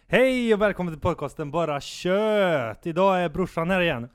Hej och välkommen till podcasten Bara Kött. Idag är brorsan här igen.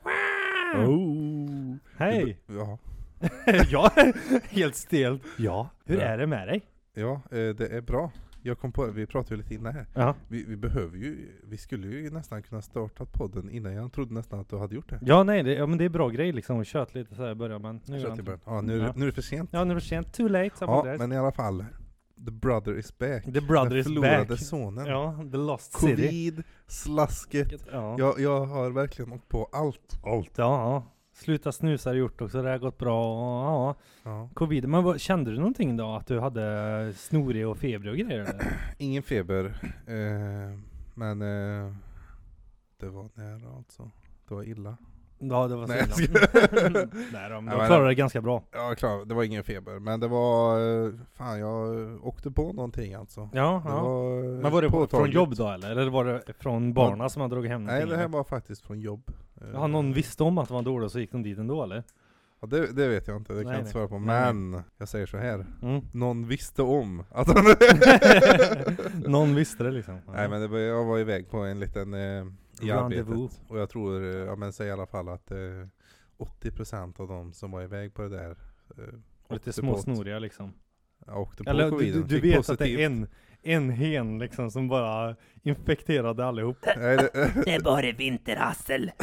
Oh. Hej. Ja. Jag är helt stelt. Ja, hur Ja. är det med dig? Ja, det är bra. Jag kom på, vi pratade ju lite innan här. Ja. Vi skulle ju nästan kunna starta podden innan. Jag trodde nästan att du hade gjort det. Ja, nej, men det är bra grej liksom att köta lite så här i början, men nu Nu är det för sent. Ja, nu är det sent. Too late. Ja, men i alla fall. The brother is back. The brother Den is förlorade back. sonen. Ja, the lost city. Covid, slasket. Ja. Jag har verkligen åkt på allt. Ja. Sluta snusa har gjort också, det har gått bra. Ja. Ja. Covid. Men kände du någonting då? Att du hade snorig och feber och grejer? Eller? Ingen feber. Men det var nära alltså. Det var illa. Ja, det var så Nej, illa. Nej, de klarade det ganska bra. Ja, klart. Det var ingen feber. Men det var... Fan, jag åkte på någonting alltså. Ja. Men var det påtagligt. från jobb då eller? Eller var det från barna som hade dragit hem någonting? Nej, det här var faktiskt från jobb. Ja, någon visste om att det var dåligt och så gick de dit ändå eller? Ja, det vet jag inte. Det kan jag inte svara på. Men jag säger så här. Någon visste om att han... Någon visste det liksom. Nej, men jag var iväg på en liten... i arbetet. Och jag tror, men säg i alla fall att 80% av dem som var iväg på det där lite småsnoriga liksom. Åkte på eller covid. du vet att det är en hen liksom som bara infekterade allihop. Nej, det är bara vinterhassel.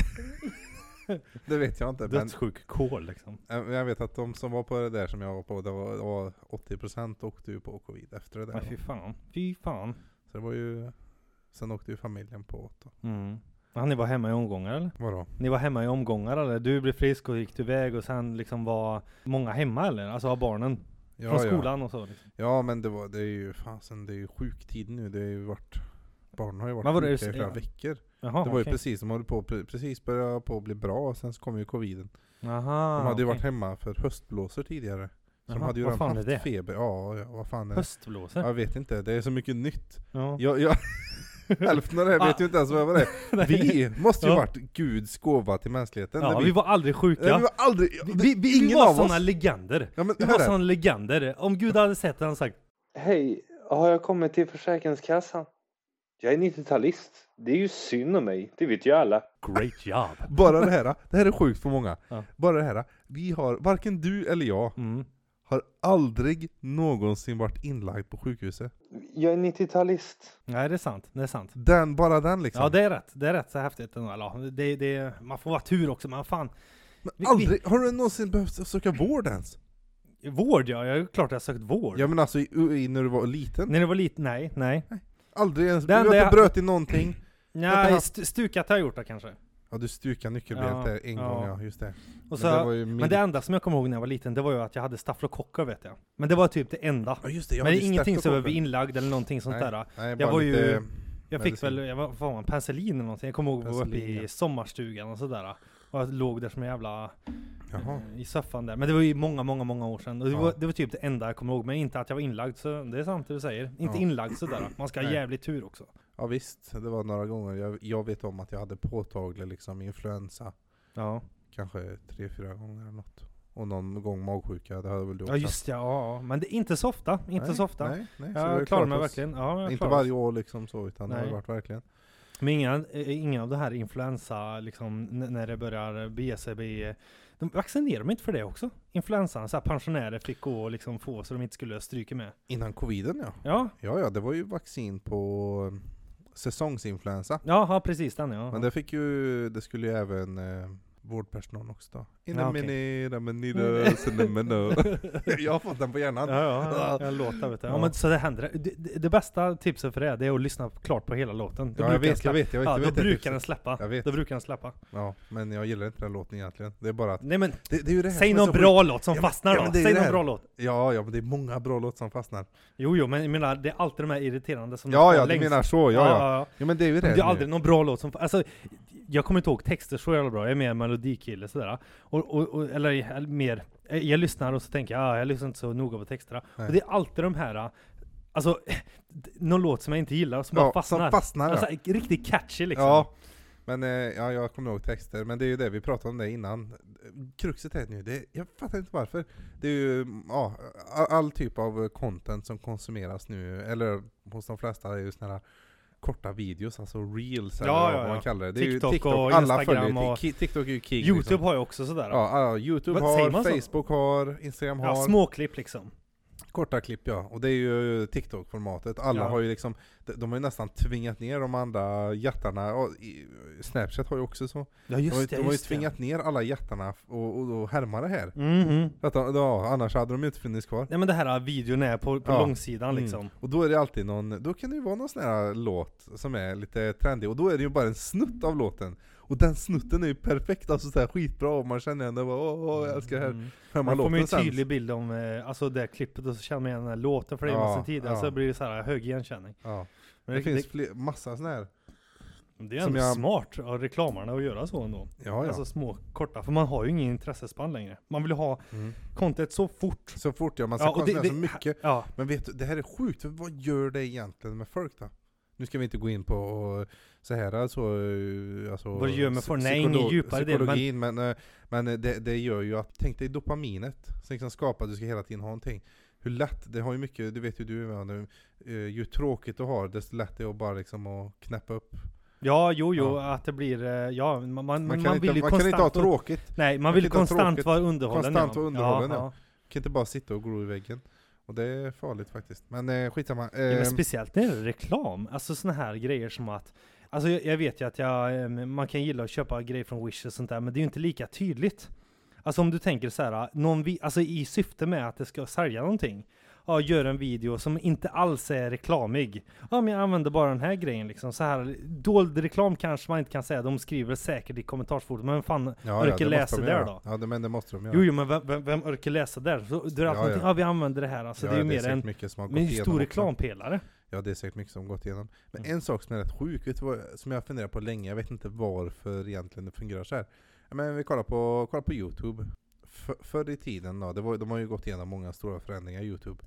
Det vet jag inte. Dödssjuk kol liksom. Jag vet att de som var på det där som jag var på, det var 80% åkte ju på covid efter det där. Nej, fy fan. Så det var ju... Sen åkte ju familjen på då. Ni var hemma i omgångar eller? Vadå? Ni var hemma i omgångar eller? Du blev frisk och gick iväg och sen liksom var många hemma eller? Alltså av barnen? Ja, från skolan och så liksom. Ja, men det är ju fasen, det är ju sjuktid nu. Det är ju barnen har ju varit sjuka i flera veckor. Jaha, det var ju precis som precis började på att bli bra och sen så kom ju coviden. Aha, de hade ju varit hemma för höstblåsor tidigare. Så de hade ju redan haft feber. Ja, vad fan är det? Höstblåsor? Jag vet inte, det är så mycket nytt. Ja. Hälften av det här vet ju inte ens vad det är. Vi måste ju varit Guds gåva till mänskligheten. Ja, vi var aldrig sjuka. Nej, vi var aldrig... Vi var sådana legender. Ja, vi var sådana legender. Om Gud hade sett det, han sagt: Hej, har jag kommit till Försäkringskassan? Jag är 90-talist. Det är ju synd om mig, det vet ju alla. Great job. Bara det här är sjukt för många. Ja. Bara det här, vi har, varken du eller jag har aldrig någonsin varit inlagd på sjukhuset. Jag är 90-talist. Nej, det är sant. Bara den liksom. Ja, det är rätt så häftigt. Man får vara tur också, men fan. Har du någonsin behövt söka vård ens? Vård, ja. Jag är klart jag har sökt vård. Ja, men alltså när du var liten? När du var liten, nej. Aldrig ens. Du har inte bröt i någonting? Nej, stukat har jag gjort det kanske. Ja, du stukade nyckelbenet där en gång, ja, just det. Och så, men det enda som jag kommer ihåg när jag var liten, det var ju att jag hade stafylokocker, vet jag. Men det var typ det enda. Ja, just det, men det är ingenting som var inlagd eller någonting sånt där. Nej, jag var ju... Jag fick medicin. väl, vad var man, penicillin eller någonting. Jag kommer ihåg att jag var uppe i sommarstugan och sådär. Och jag låg där som en jävla... i soffan där. Men det var ju många år sedan. Och det var typ det enda jag kommer ihåg. Men inte att jag var inlagd, så det är sant det du säger. Inte inlagd sådär. Man ska ha jävligt tur också. Ja visst, det var några gånger. Jag vet om att jag hade påtaglig liksom influensa. Ja. Kanske 3-4 gånger eller något. Och någon gång magsjuka, det hade väl du också. Ja just det, ja. Men det är inte så ofta. Nej, jag klarar mig verkligen. Ja, inte varje år liksom så, utan det har varit verkligen. Men ingen av det här influensa liksom, när det börjar bege sig. De vaccinerar de inte för det också? Influensan, så här pensionärer fick gå och liksom få så de inte skulle stryka med. Innan coviden, ja. Ja, det var ju vaccin på säsongsinfluensa. Ja, precis den, ja. Men det skulle ju även vårdpersonal också då. Jag har fått den på hjärnan. Ja, jag låter, vet du. Ja, men så det händer. Det bästa tipset för det är att lyssna klart på hela låten. Jag vet. Då brukar den släppa. Ja, men jag gillar inte den låten egentligen. Det är bara att... Nej, men det är ju det här säg någon bra låt som fastnar då. Säg någon bra låt. Ja, men det är många bra låtar som fastnar. Jo, men jag menar, det är alltid de här irriterande som... Ja, du menar så, ja. Ja, men det är ju det. Det är aldrig någon bra låt som... Alltså, jag kommer inte ihåg texter så jävla bra. Jag är mer melodikille sådär. Eller mer... Jag lyssnar och så tänker jag lyssnar inte så noga på texterna. Nej. Och det är alltid de här... Alltså, någon låt som jag inte gillar som bara fastnar. Som fastnar, alltså, riktigt catchy liksom. Ja, men jag kommer ihåg texter. Men det är ju det, vi pratade om det innan. Kruxet är nu, jag fattar inte varför. Det är ju all typ av content som konsumeras nu. Eller hos de flesta är ju såna här korta videos, alltså reels eller vad man kallar det. Det är TikTok, ju TikTok och alla Instagram följer, och TikTok är ju king. YouTube liksom. har ju också sådär. Ja, YouTube har, Facebook har, Instagram har. Ja, småklipp liksom. Korta klipp, ja. Och det är ju TikTok-formatet. Alla har ju liksom, de har ju nästan tvingat ner de andra jättarna. Och Snapchat har ju också så. Ja, just de har ju tvingat ner alla jättarna och härma det här. Mm-hmm. Annars hade de ju inte funnits kvar. Nej, men det här videon är på långsidan liksom. Och då är det alltid då kan det ju vara någon sån här låt som är lite trendig. Och då är det ju bara en snutt av låten. Och den snutten är ju perfekt, alltså så här skitbra, och man känner ändå jag älskar det här. Man får ju en tydlig bild om alltså det klippet, och så känner man igen den här låten för det är tidigare, så blir det så här hög igenkänning. Ja. Men det finns massa sån här. Det är ändå smart av reklamarna att göra så ändå. Ja. Alltså små, korta, för man har ju ingen intressespann längre. Man vill ju ha content så fort. Så fort, ja, man ska konsumera så mycket. Ja. Men vet du, det här är sjukt, för vad gör det egentligen med folk då? Nu ska vi inte gå in på så här alltså vad det gör med ingen djupare psykologin, men det gör ju att, tänk dig dopaminet som liksom skapar, du ska hela tiden ha någonting. Hur lätt, det har ju mycket, det vet ju du, ju tråkigt du har, desto lätt det är att bara liksom att knäppa upp. Ja, att det blir, man vill ju konstant, kan inte ha tråkigt. Nej, man vill konstant vara underhållen. Konstant vara underhållen, ja. Kan inte bara sitta och glo i väggen. Och det är farligt faktiskt. Men skitsamma. Men speciellt när det är reklam. Alltså såna här grejer som att, alltså jag vet ju att man kan gilla att köpa grejer från Wish och sånt där, men det är ju inte lika tydligt. Alltså om du tänker så här, alltså i syfte med att det ska sälja någonting. Ja, gör en video som inte alls är reklamig. Ja, men jag använder bara den här grejen liksom. Så här, dold reklam kanske man inte kan säga. De skriver säkert i kommentarsforum. Men fan, orkar läsa där då? Ja, men det måste de göra. Jo, men vem orkar läsa där? Så det är alltid vi använder det här. Alltså, det är ju mer en stor reklampelare. Ja, det är säkert mycket som gått igenom. Men en sak som är rätt sjuk, vet du vad, som jag funderar på länge. Jag vet inte varför egentligen det fungerar så här. Men vi kollar på YouTube. Förr i tiden då, de har ju gått igenom många stora förändringar i YouTube.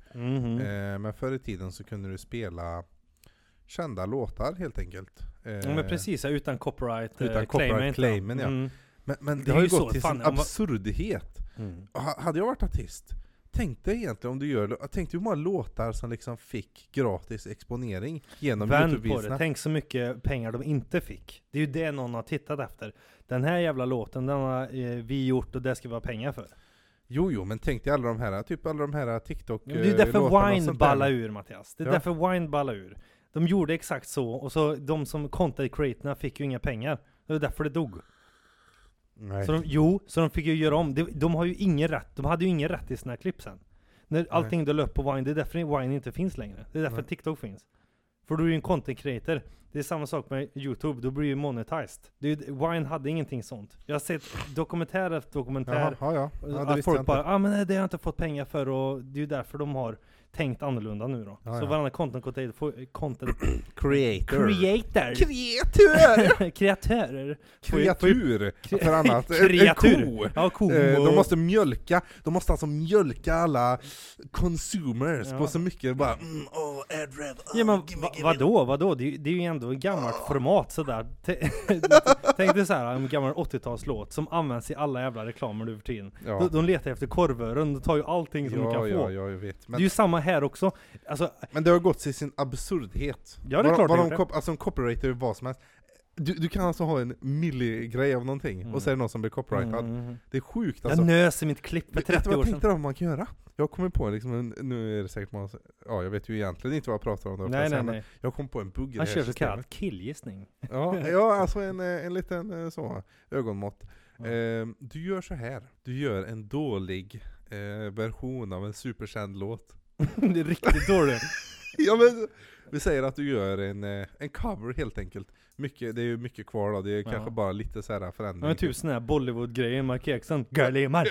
Men förr i tiden så kunde du spela kända låtar helt enkelt. Men precis, utan copyright claimen, ja. Men det har ju gått till sin absurdhet. Hade jag varit artist, tänk dig egentligen om du tänk dig hur många låtar som liksom fick gratis exponering genom YouTube-visarna. Tänk så mycket pengar de inte fick. Det är ju det någon har tittat efter. Den här jävla låten, den har vi gjort och det ska vara pengar för. Jo, men tänk dig alla de här TikTok. Det är därför Wine ballar ur, Mattias. Det är därför Wine ballar ur. De gjorde exakt så, och så de som content creatorna fick ju inga pengar. Det var därför det dog. Nej. Så de fick ju göra om. De har ju ingen rätt. De hade ju ingen rätt i sina klipp sen. När allting då löp på Wine, det är därför Wine inte finns längre. Det är därför TikTok finns. För du är ju en content creator. Det är samma sak med YouTube, då blir ju monetized. Wine hade ingenting sånt. Jag har sett dokumentär efter dokumentär. Att folk bara, men det har jag inte fått pengar för, och det är ju därför de har tänkt annorlunda nu då. Så varandra content kreatörer för annat. De måste mjölka. De måste alltså mjölka alla consumers på så mycket bara men vadå? Det är ju ändå ett gammalt format sådär. Tänk dig så här, en gammal 80-talslåt som används i alla jävla reklamer nu för tiden. De letar efter korvören, de tar ju allting som de kan få. Jag vet. Men det är ju samma här också. Alltså, men det har gått till sin absurdhet. Ja, det är klart. Alltså en copywriter är vad som helst. Du kan alltså ha en milligrej av någonting och så är det någon som blir copyrightad. Det är sjukt alltså. Jag nös i mitt klipp för 30 år sedan. Vad tänkte man kan göra? Jag kommer på liksom, nu är det säkert man, jag vet ju egentligen inte vad jag pratar om då. Nej. Jag kom på en bugg i det här systemet. Han kör så kallad killgissning. Ja, alltså en liten så ögonmått. Du gör så här. Du gör en dålig version av en superkänd låt. Det är riktigt dåligt. Ja, men vi säger att du gör en cover helt enkelt. Det är ju mycket kvar då. Det är kanske bara lite så här förändring. Men typ sån här Bollywood-grejer, Mark Eriksson. Girlie,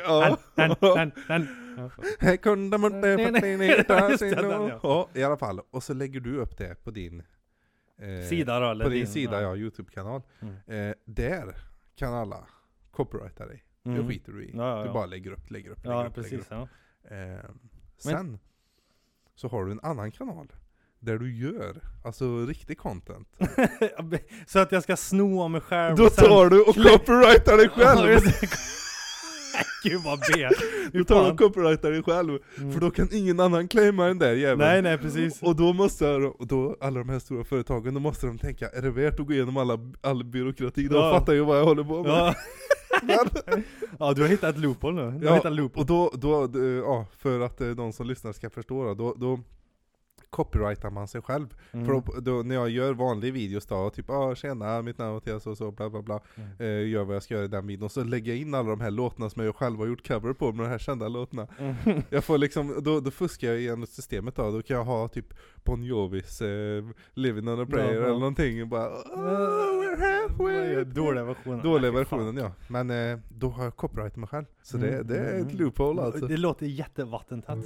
Hej kunde man i alla fall. Och så lägger du upp det på din sida då, eller på din sida, YouTube-kanal. Där kan alla copyrighta dig. Det skiter du i. Du bara lägger upp. Ja, precis. Sen så har du en annan kanal där du gör alltså riktig content. Så att jag ska sno av mig själv. Då tar du och copyrightar dig själv. Gud vad B. Du tar och copyrightar dig själv. För då kan ingen annan claima den där jäveln. Nej, precis. Och då måste alla de här stora företagen, då måste de tänka, är det värt att gå igenom all byråkrati? De fattar ju vad jag håller på med. Ja. Ja, du har hittat ett loophole nu. Och då för att de som lyssnar ska förstå då copyrightar man sig själv. För då, när jag gör vanlig videos då, typ tjena, mitt namn är Mattias och så bla bla bla, gör vad jag ska göra i den videon, och så lägger jag in alla de här låtarna som jag själv har gjort cover på med de här kända låtarna. Jag får liksom, då fuskar jag igenom systemet då kan jag ha typ Bon Jovis Living on a Prayer eller någonting, bara we're halfway. Dåliga versionen, ja. Men då har jag copyrightat mig själv. Så det är ett loophole alltså. Det låter jättevattentätt.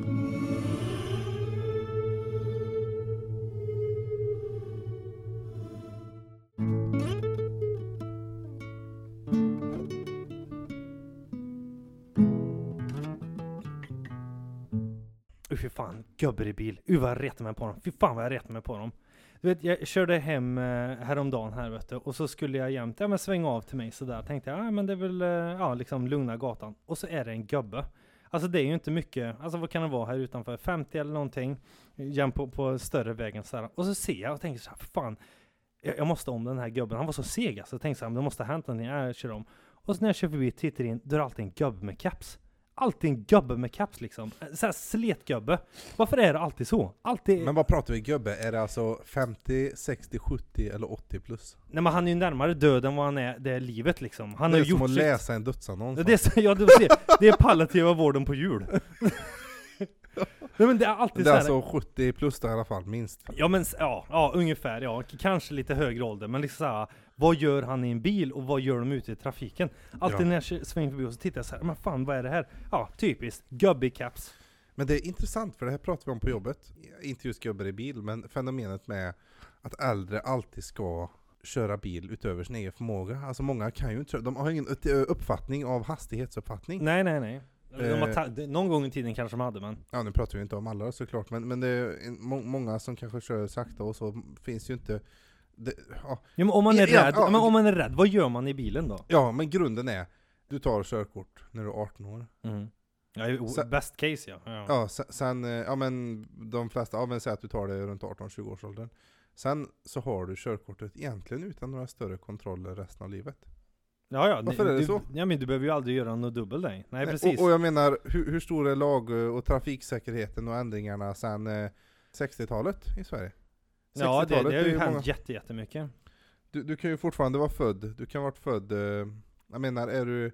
Fy fan, gubbar i bil. Vad jag retar mig på dem. Fy fan vad jag retar mig på dem. Du vet, jag körde hem häromdagen här, vet du. Och så skulle jag jämt svänga av till mig sådär. Tänkte jag, men det är väl liksom lugna gatan. Och så är det en gubbe. Alltså det är ju inte mycket. Alltså vad kan det vara här utanför? 50 eller någonting. Jämt på större vägen sådär. Och så ser jag och tänker så här, fan. Jag måste om den här gubben. Han var så seg alltså. Jag tänkte så här, det måste ha hänt någonting. Jag kör om. Och så när jag kör förbi tittar in, då är det alltid en gubbe med caps. Alltid en gubbe med caps liksom. Såhär sletgubbe. Varför är det alltid så? Alltid... Men vad pratar vi gubbe? Är det alltså 50, 60, 70 eller 80 plus? Nej, men han är ju närmare död än vad han är det är livet liksom. Han det är har som gjort att läsa en dödsannons. Det är palliativa vården på jul. Nej, men det är alltid det är så här... alltså 70 plus då, i alla fall, minst. Ja, men ungefär, ja. Kanske lite högre ålder, men liksom såhär, vad gör han i en bil och vad gör de ute i trafiken? Alltid när jag svänger förbi och så tittar jag så här, men fan, vad är det här? Ja, typiskt, gubby caps. Men det är intressant, för det här pratar vi om på jobbet. Inte just gubbar i bil, men fenomenet med att äldre alltid ska köra bil utöver sin egen förmåga. Alltså många kan ju inte, de har ingen uppfattning av hastighetsuppfattning. Nej. Någon gång i tiden kanske de hade, men... Ja, nu pratar vi inte om alla såklart, men det är många som kanske kör sakta och så finns ju inte... men om man är rädd, vad gör man i bilen då? Ja, men grunden är, du tar körkort när du är 18 år. Ja, best case, ja. Ja, sen men de flesta, men säg att du tar det runt 18-20 års åldern. Sen så har du körkortet egentligen utan några större kontroller resten av livet. Ja, varför är det så? Ja, men du behöver ju aldrig göra något dubbel dig. Nej, precis. Och jag menar, hur stor är lag- och trafiksäkerheten och ändringarna sedan 60-talet i Sverige? Ja, det har ju hänt jättemycket. Du kan ju fortfarande vara född. Du kan ha varit född, jag menar, är du...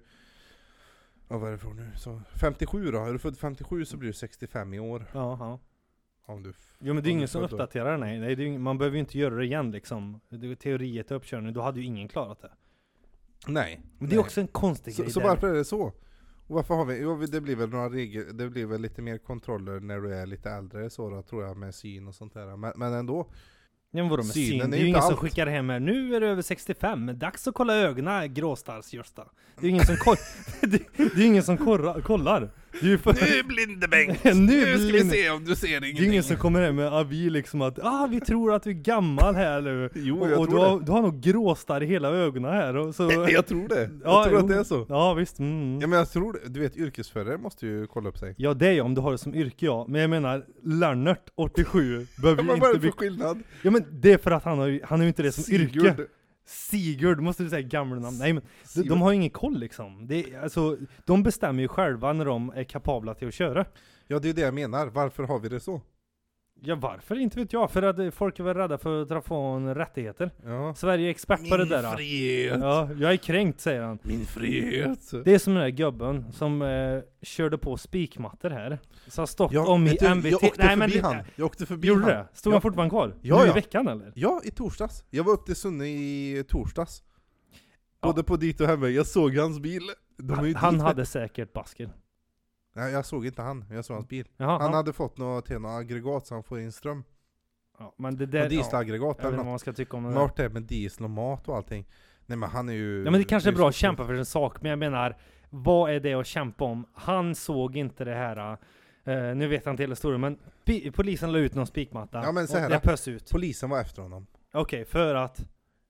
vad är det för nu? Så 57 då? Är du född 57 så blir du 65 i år. Ja. Om du jo, men det är ingen som uppdaterar, nej. Man behöver ju inte göra det igen liksom. Teoriet och uppkörning, då hade ju ingen klarat det. Nej. Men det är också en konstig grej. Så varför är det så? Och varför har vi? Jo, det blir väl några regler, det blir väl lite mer kontroller när du är lite äldre så då, tror jag, med syn och sånt där. Men ändå. Ja, men vadå med syn? Det är ju ingen som skickar hem här. Nu är det över 65, men dags att kolla ögonen, gråstarrsgörsta. Det är ju ingen som det är ingen som kollar. Det är ju nu blinde Bengt! Nu ska vi se om du ser ingenting. Det är ingen som kommer hem med avi liksom att vi tror att du är gammal här nu. Jo, och du har nog gråstarr i hela ögonen här. Och så... Jag tror det. Jag tror att det är så. Ja, visst. Ja, men jag tror det. Du vet, yrkesförare måste ju kolla upp sig. Ja, det är ju om du har det som yrke, ja. Men jag menar, Lennart, 87, behöver ju inte bli... skillnad. Ja, men det är för att han har ju inte det som yrke. Sigurd, måste du säga gamla namn. Nej, men de har ju ingen koll liksom. Alltså, de bestämmer ju själva när de är kapabla till att köra. Ja, det är det jag menar. Varför har vi det så? Ja, varför? Inte vet jag. För att folk är väl rädda för att dra från rättigheter. Ja. Sverige är expert på det där. Min frihet! Ja, jag är kränkt, säger han. Min frihet! Det är som den där gubben som körde på spikmattor här. Så har stått om i MVT. Jag åkte förbi Gjorde han. Det? Stod han fortfarande kvar? Ja, nu i veckan eller? Ja, i torsdags. Jag var upp till Sunne i torsdags. Både på dit och hemma. Jag såg hans bil. Han hade säkert basken. Nej, jag såg inte han. Jag såg hans bil. Jaha, han hade fått något aggregat så han får in ström. Ja, men det där, dieselaggregat eller vad man ska tycka om det. Vart är med diesel och mat och allting. Nej, men han är ju... Ja, men det kanske är bra att kämpa för en sak. Men jag menar, vad är det att kämpa om? Han såg inte det här... nu vet han inte hela historien, men polisen la ut någon spikmatta. Ja, men så här, jag pös ut. Polisen var efter honom. Okej, för att...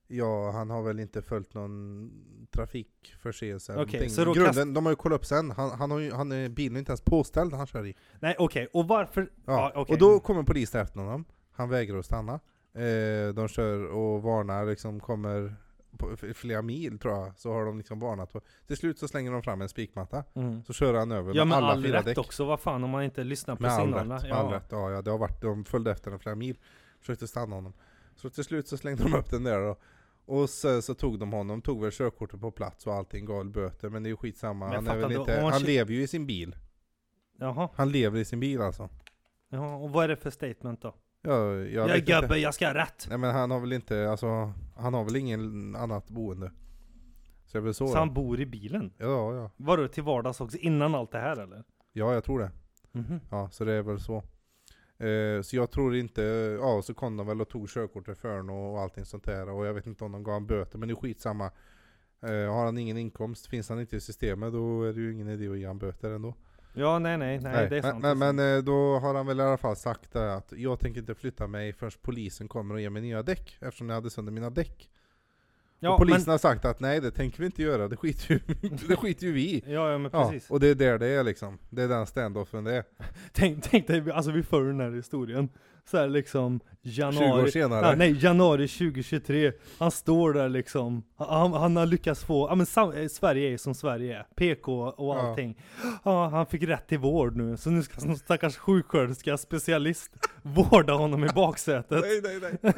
Ja, han har väl inte följt någon trafikförseelse. Okej, så då grunden, de har ju kollat upp sen. Han är bilen inte ens påställd han kör i. Nej, okej. Och varför? Ja, okej. Och då kommer polisen efter honom. Han vägrar att stanna. De kör och varnar, liksom kommer på flera mil tror jag. Så har de liksom varnat. Till slut så slänger de fram en spikmatta. Så kör han över med alla all 4 rätt däck. också, vad fan om man inte lyssnar på Med signalerna. all rätt, ja, det har varit, de följde efter den flera mil. Försökte stanna honom. Så till slut så slängde de upp den där då. Och så tog de honom, tog väl körkortet på plats och allting, gav böter. Men det är ju skitsamma, han är väl inte, han lever ju i sin bil. Jaha. Han lever i sin bil alltså. Ja, och vad är det för statement då? Jag gubbe, jag ska ha rätt. Nej men han har väl inte, alltså, han har väl ingen annat boende. Så, är väl så han bor i bilen? Ja. Var det till vardags också, innan allt det här eller? Ja, jag tror det. Mm-hmm. Ja, så det är väl så. Så jag tror inte, ja så kom de väl och tog körkortet för honom och allting sånt där. Och jag vet inte om de gav han böter, men det är skitsamma. Har han ingen inkomst, finns han inte i systemet, då är det ju ingen idé att ge han böter ändå. Ja, nej, det är sant. Men då har han väl i alla fall sagt att jag tänker inte flytta mig förrän polisen kommer och ger mig nya däck, eftersom jag hade sönder mina däck. Ja, och polisen har sagt att nej, det tänker vi inte göra, det skiter ju vi. Ja, men precis. Ja, och det är där det är liksom. Det är den standoffen det är. Tänk dig, alltså vi för den här historien. Så här liksom januari, 20 år senare. Januari 2023. Han står där liksom. Han har lyckats få, men Sverige är som Sverige är. PK och allting. Ja, han fick rätt till vård nu. Så nu ska någon stackars sjuksköterska, specialist, vårda honom i baksätet. Nej.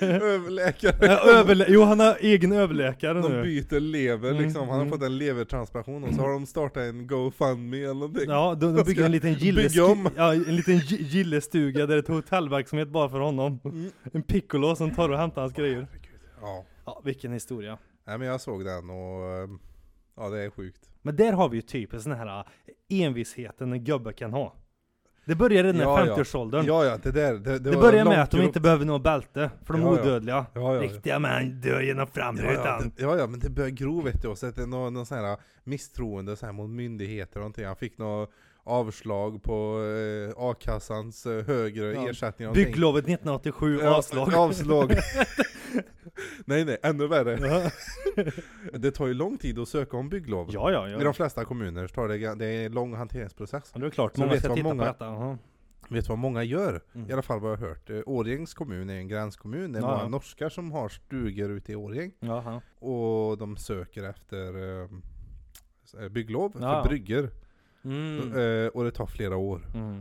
Överläkare. Jo, han har egen överläkare nu. De byter lever liksom. Han har fått en levertransplantation och så har de startat en GoFundMe eller någonting. Ja, de bygger en liten gillestuga där det är ett hotellverksamhet bara för honom. En piccolo som tar och hämtar hans grejer. Ja, vilken historia. Nej, men jag såg den och ja, det är sjukt. Men där har vi ju typ en sån här envisheten en gubbe kan ha. Det börjar redan i 50-årsåldern. Ja, det börjar med att de inte behöver något bälte, för de är odödliga. Ja. Riktiga män dör genom framrutan. Ja, men det börjar grov, vet du. Och så att det är någon sån här misstroende så här mot myndigheter och någonting. Han fick något avslag på A-kassans högre ersättning. Bygglovet 1987, avslag. Nej, ännu värre. Det tar ju lång tid att söka om bygglov. Ja. I de flesta kommuner tar det är en lång hanteringsprocess. Ja, det är klart, många ska titta på detta. Vet vad många gör? I alla fall vad jag har hört. Årjängs kommun är en gränskommun. Det är många norskar som har stugor ute i Årjäng. Och de söker efter bygglov för brygger. Och det tar flera år.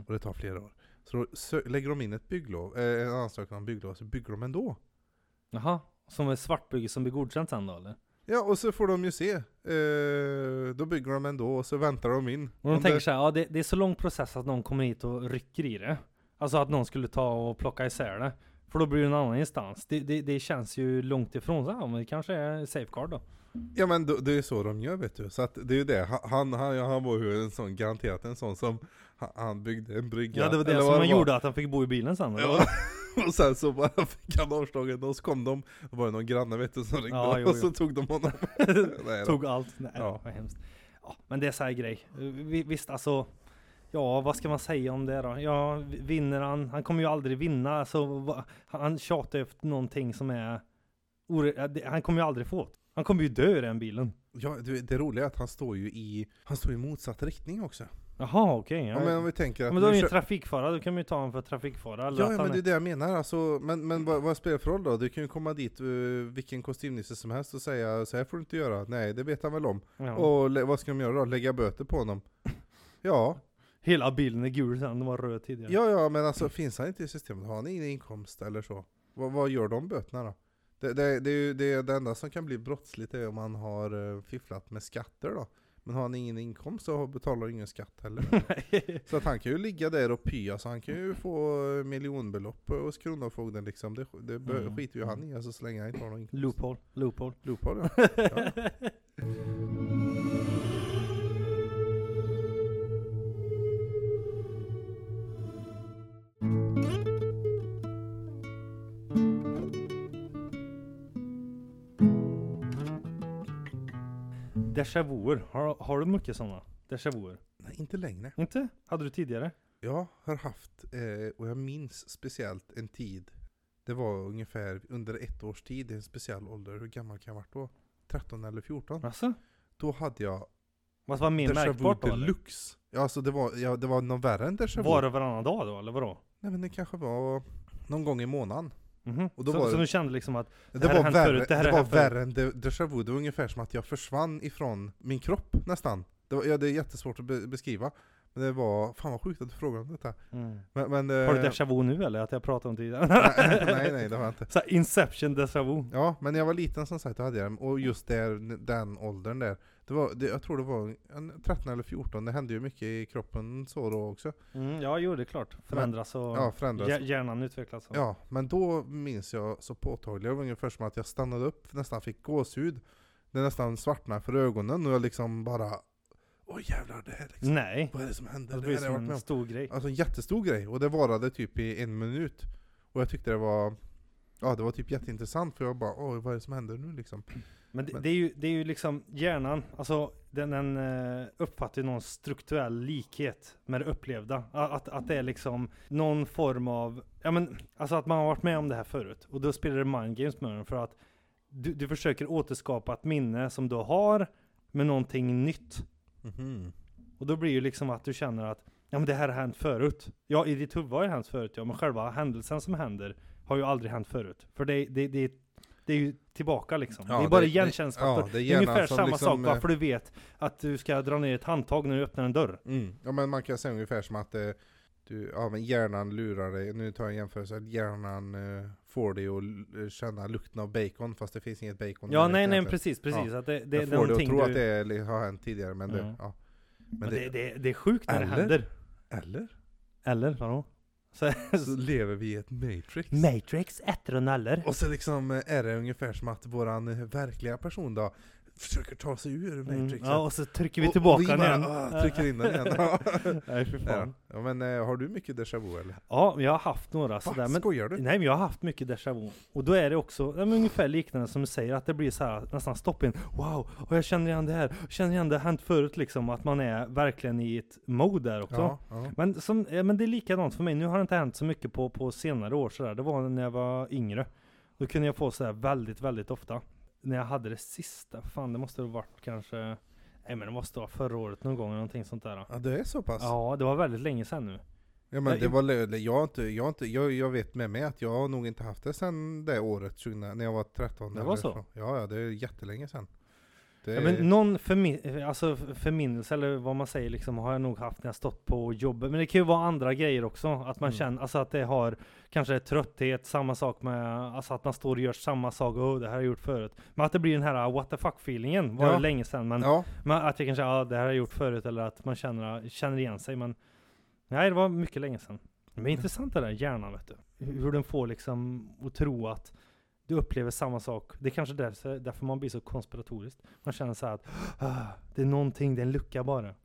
Så lägger de in ett bygglov, en ansökan om bygglov, så bygger de ändå. Jaha, som ett svartbygge som blir godkänt sen då, eller? Ja, och så får de ju se. Då bygger de ändå och så väntar de in. Och de tänker så här, det är så lång process att någon kommer hit och rycker i det. Alltså att någon skulle ta och plocka isär det. För då blir det en annan instans. Det känns ju långt ifrån så här, men det kanske är safeguard då. Ja, men det är så de gör, vet du. Så att det är ju det. Han var ju en sån, garanterat en sån som han byggde en brygga. Ja, det var det som han gjorde att han fick bo i bilen sen. Ja. Och sen så bara fick han avslaget och så kom de. Det var ju någon granne, vet du, som ringde och så tog de honom. Tog allt. Nej, vad hemskt. Ja, men det är så här grej. Visst, alltså. Ja, vad ska man säga om det då? Ja, vinner han kommer ju aldrig vinna. Alltså, han tjatar efter någonting som är han kommer ju aldrig få. Han kommer ju dö i den bilen. Ja, det roliga är att han står i motsatt riktning också. Jaha, okej. Ja, men om vi tänker att men då är det ju trafikfara, då kan man ju ta honom för trafikfara. Ja, men det är det jag menar. Alltså, men vad spelar för roll då? Du kan ju komma dit vilken kostymnisse som helst och säga så här får du inte göra. Nej, det vet han väl om. Ja. Och vad ska de göra då? Lägga böter på honom? Ja. Hela bilen är gul sen, den var röd tidigare. Ja, men alltså finns han inte i systemet? Har han ingen inkomst eller så? Vad gör de böterna då? Det är ju det enda som kan bli brottsligt är om man har fifflat med skatter då. Men har han ingen inkomst så betalar ingen skatt heller. Så att han kan ju ligga där och pya, så han kan ju få miljonbelopp hos kronofogden liksom. Det skiter ju han i, alltså så länge han inte har någon inkomst. Loophole, ja. Déjà vuer. Har du mycket sådana? Déjà vuer? Nej, inte längre. Inte? Hade du tidigare? Jag har haft, och jag minns speciellt en tid Det var ungefär under 1 års tid, en speciell ålder. Hur gammal kan jag ha varit då? 13 eller 14. Alltså? Då hade jag Vad var mer märkbart då? Deluxe. Ja, alltså det var någon värre än déjà vu. Var det varannan dag då, eller vadå? Nej, men det kanske var någon gång i månaden. Mm-hmm. Och då så du kände liksom att det var värre än déjà vu. Det var ungefär som att jag försvann ifrån min kropp nästan. Det är jättesvårt att beskriva. Men det var, fan vad sjukt att du frågar om detta. Men, har du déjà vu nu eller att jag pratar om tidigare? nej, det har jag inte. Så Inception déjà vu. Ja, men när jag var liten som sagt, då hade jag det. Och just den åldern där. Jag tror det var 13 eller 14. Det hände ju mycket i kroppen så då också. Ja, jo, det är klart. Förändras och hjärnan utvecklas. Och. Ja, men då minns jag så påtagligt. Det var ungefär som att jag stannade upp, nästan fick gåshud. Det nästan svartnade för ögonen och jag liksom bara... Åh jävlar, det här liksom. Nej. Vad är det som händer? Det blir som en stor grej. Alltså en jättestor grej. Och det varade typ i 1 minut. Och jag tyckte det var typ jätteintressant. För jag bara, vad är det som händer nu liksom? Men det är ju liksom hjärnan. Alltså den uppfattar ju någon strukturell likhet med det upplevda. Att det är liksom någon form av... Ja men, alltså att man har varit med om det här förut. Och då spelar det mind games med den. För att du försöker återskapa ett minne som du har med någonting nytt. Mm-hmm. Och då blir det ju liksom att du känner att ja men det här har hänt förut. Ja, i ditt huvud har det hänt förut, ja, men själva händelsen som händer har ju aldrig hänt förut. För det är ju tillbaka liksom. Ja, det är bara igenkännskap. Det är ungefär samma liksom, sak varför du vet att du ska dra ner ett handtag när du öppnar en dörr. Ja, men man kan säga ungefär som att men hjärnan lurar dig. Nu tar jag en jämförelse. Hjärnan får dig att känna lukten av bacon fast det finns inget bacon. Ja, nej, precis. Ja. Att det är någonting du... att tro att det har hänt tidigare, men Men det är sjukt när det händer. Eller, vadå? Så lever vi i ett Matrix. Matrix, 1 och 0. Och så liksom är det ungefär som att våran verkliga person då försöker ta sig ur Matrix. Ja, och så trycker vi tillbaka den igen. Trycker in den igen. Nej, för fan. Ja, men har du mycket déjà vu eller? Ja, jag har haft några sådär. Men skojar du? Nej, men jag har haft mycket déjà vu. Och då är det också ungefär liknande som du säger. Att det blir så här nästan stopp in. Wow, och jag känner igen det här. Jag känner igen det har hänt förut liksom. Att man är verkligen i ett mode där också. Ja. Men det är likadant för mig. Nu har det inte hänt så mycket på senare år sådär. Det var när jag var yngre. Då kunde jag få sådär väldigt, väldigt ofta. När jag hade det sista, fan det måste ha varit kanske, nej men det måste vara förra året någon gång eller någonting sånt där. Ja, det är så pass? Ja, det var väldigt länge sedan nu. Ja, men jag vet med mig att jag har nog inte haft det sedan det året, när jag var 13. Det var så? Ja, det är jättelänge sedan. Ja, men någon förminnelse eller vad man säger liksom, har jag nog haft när jag stått på jobbet. Men det kan ju vara andra grejer också. Att man känner alltså, att det har kanske trötthet, samma sak med alltså, att man står och gör samma sak. Det här har jag gjort förut. Men att det blir den här what the fuck feelingen var det länge sedan. Men att jag kanske det här har jag gjort förut. Eller att man känner igen sig. Men nej, det var mycket länge sedan. Men intressant det där hjärnan, vet du. Hur den får liksom att tro att du upplever samma sak. Det är kanske därför man blir så konspiratoriskt. Man känner så här att det är någonting, det är en lucka bara.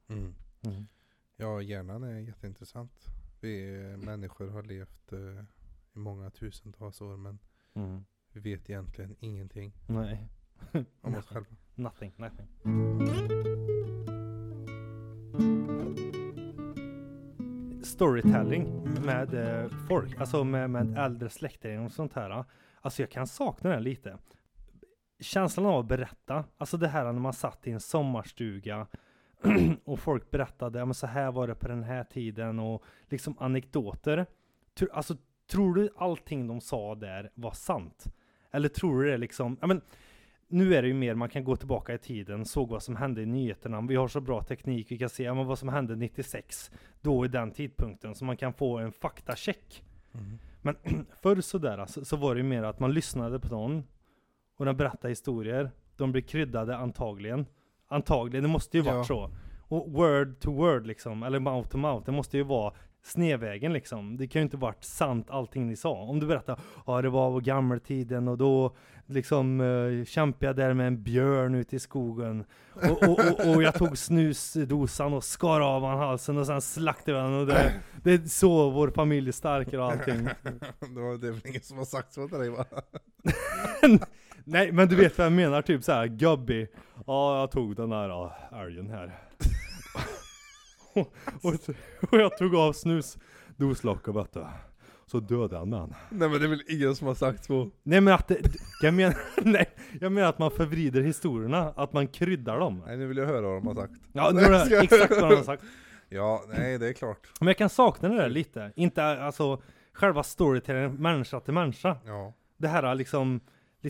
Ja, hjärnan är jätteintressant. Vi människor har levt i många tusentals år, men vi vet egentligen ingenting. Nej. Om oss själva. Nothing. Storytelling med folk, alltså med äldre släkter och sånt här. Alltså jag kan sakna det lite. Känslan av att berätta. Alltså det här när man satt i en sommarstuga och folk berättade, ja men så här var det på den här tiden och liksom anekdoter. Alltså tror du allting de sa där var sant? Eller tror du det liksom, ja men nu är det ju mer, man kan gå tillbaka i tiden, såg vad som hände i nyheterna. Vi har så bra teknik, vi kan se vad som hände 96, då i den tidpunkten, så man kan få en faktacheck. Men förr så var det ju mer att man lyssnade på någon och den berättade historier. De blev kryddade antagligen, det måste ju varit så. Och word to word liksom, eller mouth to mouth, det måste ju vara snedvägen liksom. Det kan ju inte varit sant allting ni sa. Om du berättar, det var gammeltiden och då liksom kämpade jag där med en björn ute i skogen och jag tog snusdosan och skar av han halsen och sen slaktade han och det är så vår familj är starkare och allting. Det är väl ingen som har sagt så till dig, va? Nej, men du vet vad jag menar, typ så här gubby. Ja, jag tog den här älgen här. och jag tog av snusdoslocket, vet du. så dödade han man. Nej men det är väl ingen som har sagt så. Nej men att jag menar att man förvrider historierna, att man kryddar dem. Nej, nu vill jag höra vad de har sagt. Ja, nu är det exakt vad de har sagt. Ja, nej det är klart. Men jag kan sakna det där lite. Inte alltså själva storytellingen människa till människa. Ja. Det här lite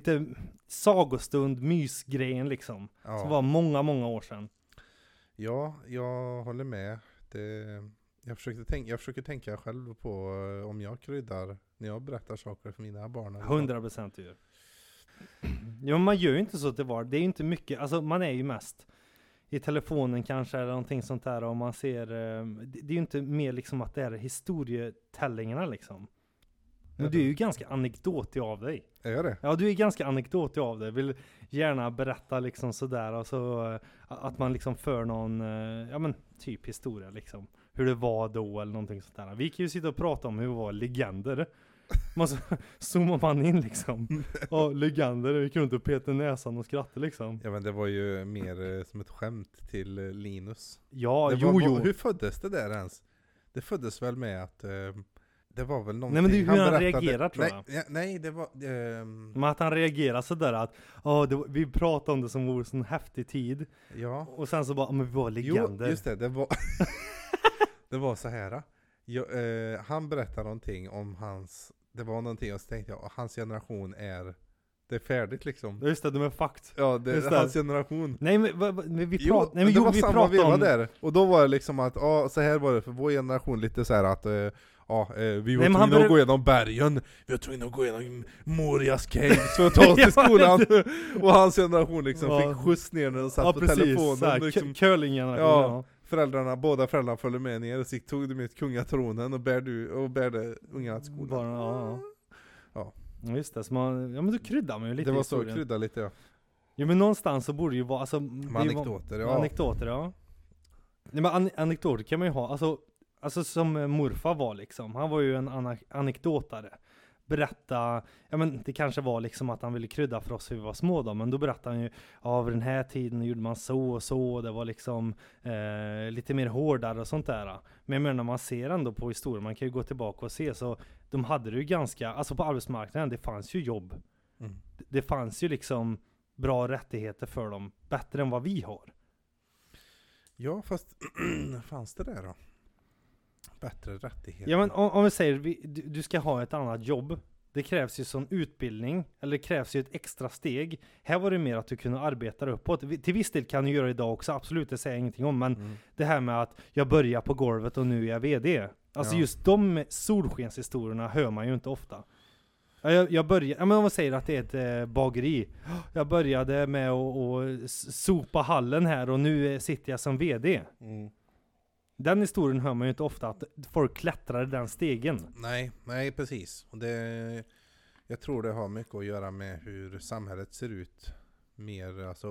sagostund, mysgrejen liksom. Ja. Som var många, många år sedan. Ja, jag håller med. Jag försöker tänka själv på om jag kryddar när jag berättar saker för mina barn. 100% ju. Ja, man gör ju inte så att det är ju inte mycket, alltså man är ju mest i telefonen kanske eller någonting sånt där och man ser, det är ju inte mer liksom att det är historietällingarna liksom. Men du är ju ganska anekdotig av dig. Är jag det? Ja, du är ganska anekdotig av dig. Vill gärna berätta liksom sådär och så att man liksom för någon, ja men typ historia liksom. Hur det var då eller någonting sånt där. Vi kan ju sitta och prata om hur det var legender. Man så zoomar man in liksom. Ja, legender, vi kunde inte peta näsan och skratta liksom. Ja men det var ju mer som ett skämt till Linus. Ja, Hur föddes det där ens? Det föddes väl med att det var väl någonting. Nej men det är hur han reagerar tror jag. Nej, det var men att han reagerar sådär att vi pratade om det som vore en häftig tid. Ja. Och sen så bara, men vi var legender. Jo, just det var det var så här. Han berättade någonting om det var någonting och så tänkte jag, hans generation det är färdigt liksom. Just det, de är fakt. Ja, det är hans generation. Nej men vi pratade om där. Och då var det liksom att, så här var det för vår generation lite så här att vi var tvungna att gå igenom bergen. Vi var tvungna att gå igenom Morias caves för att ta oss till skolan. Och hans generation liksom fick skjuts ner när de satt på telefonen. Såhär, liksom, curling-generation. Ja. Båda föräldrarna följde med ner och så tog de ut kungatronen och bärde ungarna till skolan. Ja. Just det, så men då kryddar man ju lite. Det var så, krydda lite, ja. Jo men någonstans så borde det ju vara, alltså anekdoter, ja. Anekdoter, ja. Nej men anekdoter kan man ju ha, alltså som morfar var liksom, han var ju en anekdotare. Berätta, ja men det kanske var liksom att han ville krydda för oss hur vi var små då, men då berättade han ju, över den här tiden gjorde man så och så, det var liksom lite mer hårdare och sånt där. Men jag menar, när man ser ändå på historien, man kan ju gå tillbaka och se, så de hade det ju ganska, alltså på arbetsmarknaden, det fanns ju jobb. Det fanns ju liksom bra rättigheter för dem, bättre än vad vi har. Ja, fast fanns det där då? Bättre rättigheter. Ja men om vi säger du ska ha ett annat jobb. Det krävs ju sån utbildning. Eller det krävs ju ett extra steg. Här var det mer att du kunde arbeta uppåt. Till viss del kan du göra idag också. Absolut, det säger jag ingenting om. Men det här med att jag börjar på golvet och nu är jag vd. Alltså just de solskenshistorierna hör man ju inte ofta. Jag började, men om man säger att det är ett bageri. Jag började med att sopa hallen här och nu sitter jag som vd. Den historien hör man ju inte ofta, att folk klättrar den stegen. Nej, precis. Och jag tror det har mycket att göra med hur samhället ser ut. Mer, alltså,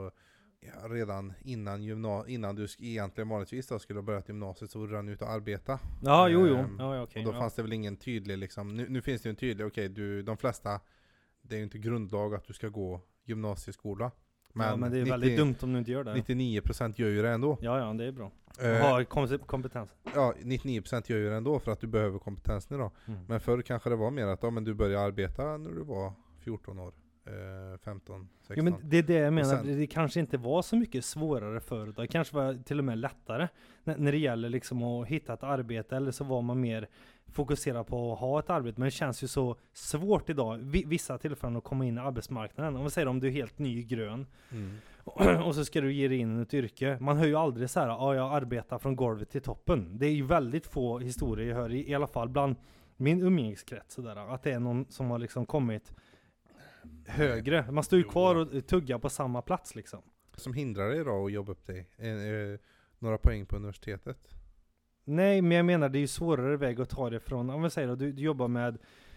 redan innan du egentligen vanligtvis då skulle ha börjat gymnasiet så rann ut och arbeta. Ja, jo. Ja, okay, och då fanns det väl ingen tydlig, liksom, nu finns det ju en tydlig, de flesta, det är ju inte grundlag att du ska gå gymnasieskola. Men det är väldigt dumt om du inte gör det. 99% gör ju det ändå. Ja, det är bra. Ha kompetens. Ja, 99% gör ju det ändå för att du behöver kompetensen idag. Men förr kanske det var mer att men du började arbeta när du var 14 år, 15, 16. Ja, men det är det jag menar. Det kanske inte var så mycket svårare förut. Det kanske var till och med lättare när det gäller liksom att hitta ett arbete. Eller så var man mer fokuserad på att ha ett arbete. Men det känns ju så svårt idag, vissa tillfällen, att komma in i arbetsmarknaden. Om vi säger om du är helt ny grön och så ska du ge dig in i ett yrke. Man hör ju aldrig så här, jag arbetar från golvet till toppen. Det är ju väldigt få historier jag hör, i alla fall bland min umgängeskrets, att det är någon som har liksom kommit högre. Man står ju kvar och tuggar på samma plats liksom. Som hindrar dig då att jobba upp dig? Några poäng på universitetet? Nej, men jag menar det är ju svårare väg att ta det från, om vi säger då, du jobbar med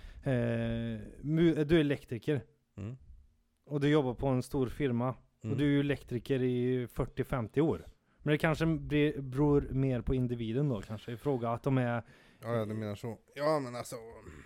du är elektriker och du jobbar på en stor firma och du är ju elektriker i 40-50 år. Men det kanske beror mer på individen då kanske, i fråga att de är... Ja, du menar så. Ja, men alltså...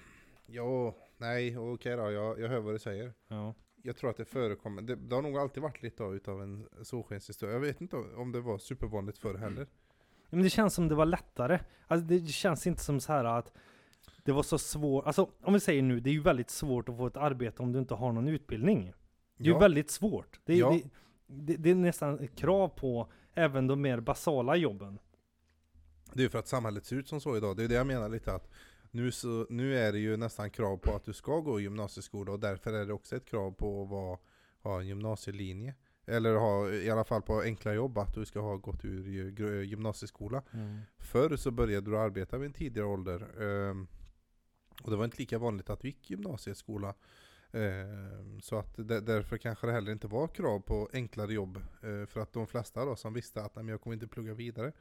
Okej då, jag hör vad du säger. Ja. Jag tror att det förekommer. Det har nog alltid varit lite utav en solskenshistoria. Jag vet inte om det var supervanligt förr heller. Men det känns som det var lättare. Alltså det känns inte som så här att det var så svårt. Alltså om vi säger nu, det är ju väldigt svårt att få ett arbete om du inte har någon utbildning. Det är ju väldigt svårt. Det är nästan ett krav på även de mer basala jobben. Det är för att samhället ser ut som så idag. Det är det jag menar lite att nu är det ju nästan krav på att du ska gå i gymnasieskola, och därför är det också ett krav på att ha en gymnasielinje. Eller ha, i alla fall på enkla jobb, att du ska ha gått ur gymnasieskola. Förr så började du arbeta vid en tidigare ålder. Och det var inte lika vanligt att du gick gymnasieskola. Så att därför kanske det heller inte var krav på enklare jobb. För att de flesta då som visste att jag kommer inte plugga vidare.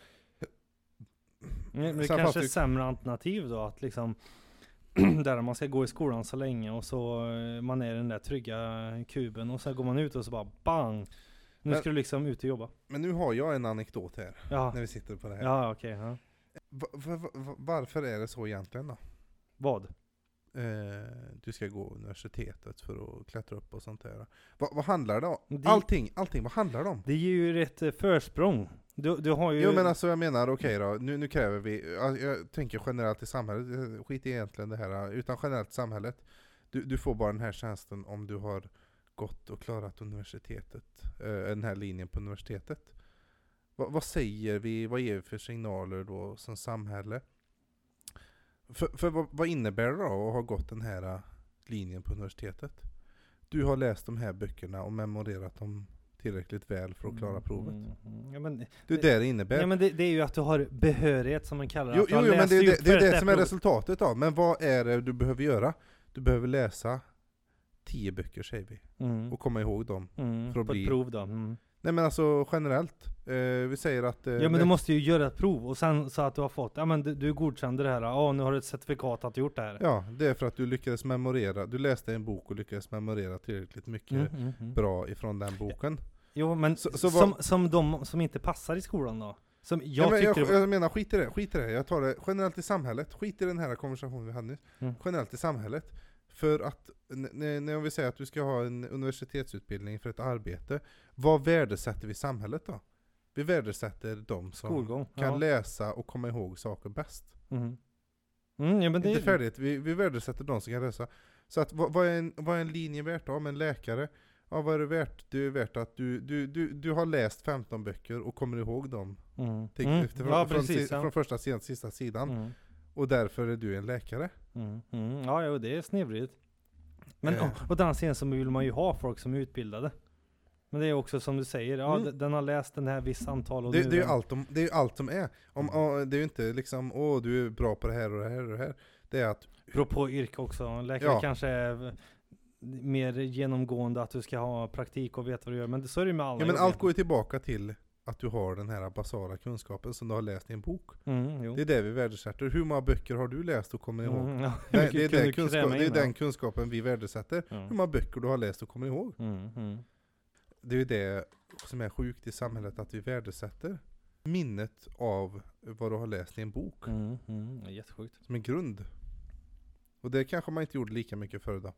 Men det kanske är sämre alternativ då, att liksom där man ska gå i skolan så länge och så man är i den där trygga kuben och så går man ut och så bara bang, nu ska du liksom ut och jobba. Men nu har jag en anekdot här när vi sitter på det här. Ja, okej. Ja. Varför är det så egentligen då? Vad? Du ska gå universitetet för att klättra upp och sånt där. Vad handlar det om? Allting, vad handlar det om? Det ger ju ett försprång. Du har ju... Jo, men alltså jag menar, okej då, nu kräver vi, jag tänker generellt i samhället, skit egentligen det här, utan generellt i samhället, du får bara den här tjänsten om du har gått och klarat universitetet, den här linjen på universitetet. Vad säger vi, vad ger vi för signaler då som samhälle? För vad innebär det då att ha gått den här linjen på universitetet? Du har läst de här böckerna och memorerat dem tillräckligt väl för att klara provet. Ja, men det innebär. Ja, men det är ju att du har behörighet som man kallar det. Jo, men det är det som är resultatet då. Men vad är det du behöver göra? Du behöver läsa 10 böcker, säger vi. Och komma ihåg dem. För att på ett prov då. Nej, men alltså generellt. Vi säger att... ja, men du måste ju göra ett prov. Och sen så att du har fått... Ja, men du godkände det här. Nu har du ett certifikat att du gjort det här. Ja, det är för att du lyckades memorera. Du läste en bok och lyckades memorera tillräckligt mycket bra ifrån den boken. Jo, men som de som inte passar i skolan då? Som jag menar, skit i det. Jag tar det generellt i samhället. Skit i den här konversationen vi hade nu. Generellt i samhället. För att när vi säger att du ska ha en universitetsutbildning för ett arbete, vad värdesätter vi i samhället då? Vi värdesätter de som kan läsa och komma ihåg saker bäst. Ja, men det inte färdigt. Vi värdesätter de som kan läsa. Så att vad är en linje värt då? Med en läkare? Ja, vad är det värt? Det är värt att du har läst 15 böcker och kommer ihåg dem. Från första sidan till sista sidan. Och därför är du en läkare. Ja, det är snedvridet. Men och den sidan så vill man ju ha folk som är utbildade. Men det är också som du säger, den har läst den här viss antal. Och det är ju allt som är. Det är ju inte liksom, du är bra på det här och det här och det här. Det är att... Bra på yrke också. Läkare kanske är mer genomgående att du ska ha praktik och veta vad du gör. Men så är det med alla. Ja, men allt går ju tillbaka till att du har den här basala kunskapen som du har läst i en bok. Det är det vi värdesätter. Hur många böcker har du läst och kommer ihåg? Det är den kunskapen vi värdesätter. Hur många böcker du har läst och kommer ihåg? Det är ju det som är sjukt i samhället, att vi värdesätter minnet av vad du har läst i en bok. Det är jättesjukt. Som en grund. Och det kanske man inte gjorde lika mycket förr då.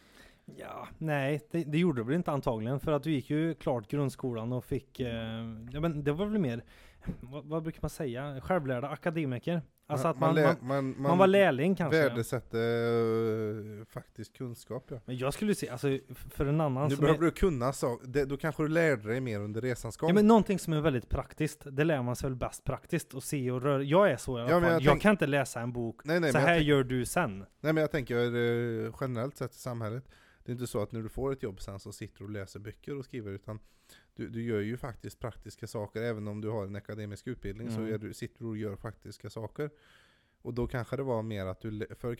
Ja, nej, det gjorde det väl inte antagligen, för att du gick ju klart grundskolan och fick, men det var väl mer, vad brukar man säga, självlärda akademiker. Alltså att man var lärling kanske. Värdesätter faktiskt kunskap, ja. Men jag skulle säga, alltså för en annan nu som behöver du kunna då kanske du lärde dig mer under resans gång. Ja, men någonting som är väldigt praktiskt, det lär man sig väl bäst praktiskt och se och röra. Jag är så i alla fall. Jag kan inte läsa en bok, så här gör du sen. Nej, men jag tänker generellt sett i samhället. Det är inte så att när du får ett jobb sen så sitter du och läser böcker och skriver, utan du gör ju faktiskt praktiska saker. Även om du har en akademisk utbildning så sitter du och gör faktiska saker. Och då kanske det var mer att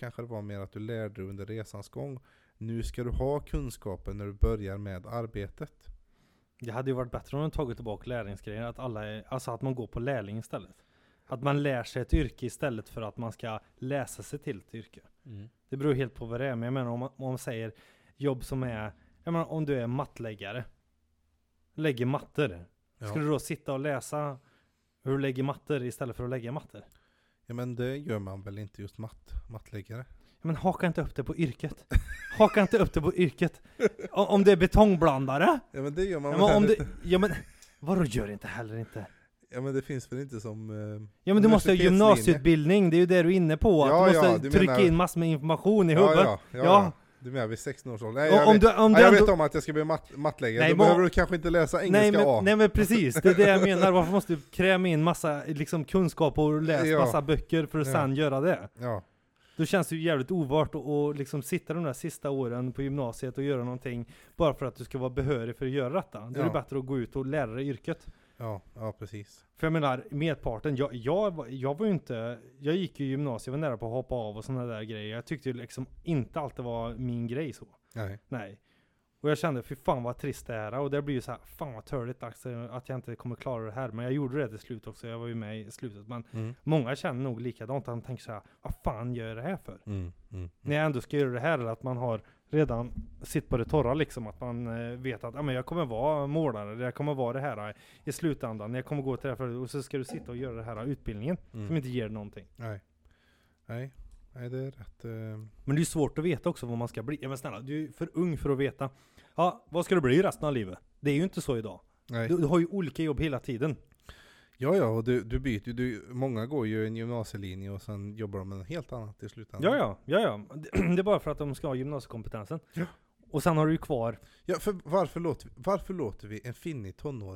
du lärde dig under resans gång. Nu ska du ha kunskapen när du börjar med arbetet. Det hade ju varit bättre om de tagit tillbaka lärlingsgrejen, att man går på lärling istället. Att man lär sig ett yrke istället för att man ska läsa sig till ett yrke. Det beror helt på vad det är. Men jag menar om man säger jobb som är, jag menar, om du är mattläggare, lägger mattor. Ska du då sitta och läsa hur du lägger mattor istället för att lägga mattor? Ja, men det gör man väl inte just mattläggare. Ja, men haka inte upp det på yrket. Haka inte upp det på yrket. Om det är betongblandare. Ja, men det gör man men vadå, gör inte heller inte? Ja, men det finns väl inte som... Ja, men du måste ha gymnasieutbildning, det är ju det du är inne på. Att du måste trycka in massor med information i huvudet. Ja. Du menar vid 16 års ålder. Jag vet om att jag ska bli mattläggare. Då behöver du kanske inte läsa engelska. Nej men precis, det är det jag menar. Varför måste du kräma in massa liksom, kunskap och läsa massa böcker för att sen göra det? Ja. Då känns det ju jävligt ovart att liksom sitta de där sista åren på gymnasiet och göra någonting bara för att du ska vara behörig för att göra detta. Då är det bättre att gå ut och lära dig yrket. Ja, precis. För jag menar, medparten, jag var ju inte, jag gick ju i gymnasiet, jag var nära på att hoppa av och sådana där grejer. Jag tyckte ju liksom inte alltid var min grej så. Nej. Och jag kände, fy fan vad trist det är. Och det blir ju så här, fan vad törligt att jag inte kommer klara det här. Men jag gjorde det till slut också, jag var ju med i slutet. Men många känner nog likadant, att de tänker så här, vad fan gör jag det här för? När jag ändå ska göra det här, eller att man har redan sitt på det torra liksom, att man vet att men jag kommer vara målare, jag kommer vara det här i slutändan, jag kommer gå till det här och så ska du sitta och göra det här utbildningen som inte ger någonting. Nej, det är rätt. Men det är svårt att veta också vad man ska bli. Ja, men snälla, du är för ung för att veta. Ja, vad ska du bli resten av livet? Det är ju inte så idag. Du har ju olika jobb hela tiden. Ja, och du byter ju. Många går ju en gymnasielinje och sen jobbar de med något helt annat i slutändan. Ja. Det är bara för att de ska ha gymnasiekompetensen. Ja. Och sen har du ju kvar... Ja, för varför låter vi en finnig